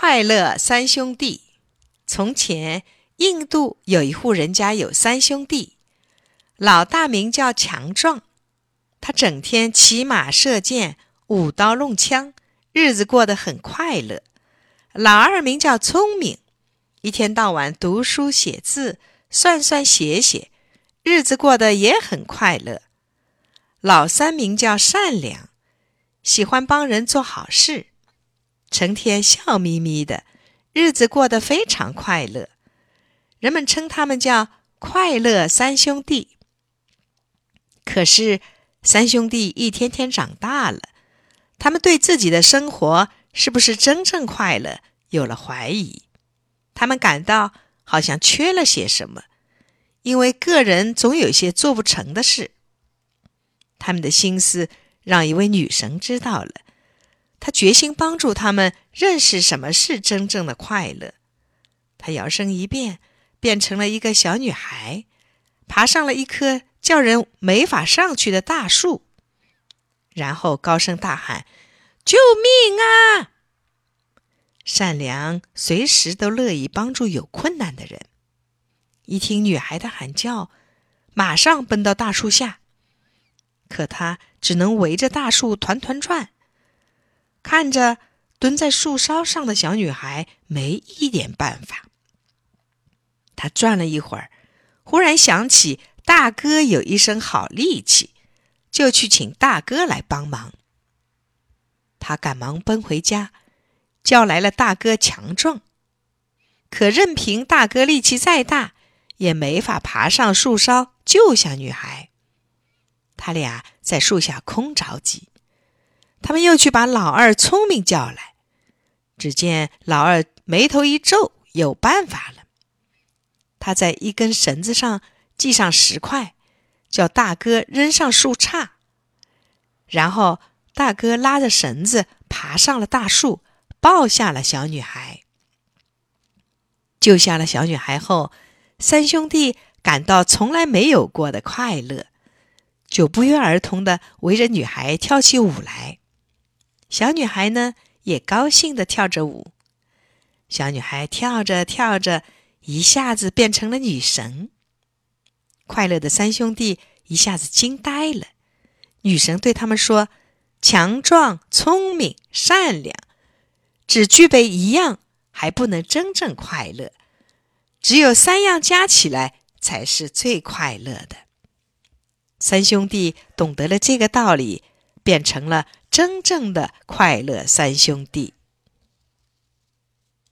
快乐三兄弟。从前，印度有一户人家有三兄弟，老大名叫强壮，他整天骑马射箭，舞刀弄枪，日子过得很快乐。老二名叫聪明，一天到晚读书写字，算算写写，日子过得也很快乐。老三名叫善良，喜欢帮人做好事，成天笑眯眯的，日子过得非常快乐。人们称他们叫快乐三兄弟。可是三兄弟一天天长大了，他们对自己的生活是不是真正快乐有了怀疑。他们感到好像缺了些什么，因为个人总有些做不成的事。他们的心思让一位女神知道了，她决心帮助他们认识什么是真正的快乐。她摇身一变，变成了一个小女孩，爬上了一棵叫人没法上去的大树，然后高声大喊：救命啊！善良随时都乐意帮助有困难的人，一听女孩的喊叫，马上奔到大树下，可他只能围着大树团团转，看着蹲在树梢上的小女孩没一点办法。他转了一会儿，忽然想起大哥有一身好力气，就去请大哥来帮忙。他赶忙奔回家，叫来了大哥强壮，可任凭大哥力气再大，也没法爬上树梢救下女孩。他俩在树下空着急，他们又去把老二聪明叫来，只见老二眉头一皱，有办法了。他在一根绳子上系上10块，叫大哥扔上树杈，然后大哥拉着绳子爬上了大树，抱下了小女孩。救下了小女孩后，三兄弟感到从来没有过的快乐，就不约而同地围着女孩跳起舞来。小女孩呢，也高兴地跳着舞。小女孩跳着跳着，一下子变成了女神。快乐的三兄弟一下子惊呆了。女神对他们说：强壮、聪明、善良，只具备一样，还不能真正快乐。只有3样加起来，才是最快乐的。三兄弟懂得了这个道理，变成了真正的快乐三兄弟。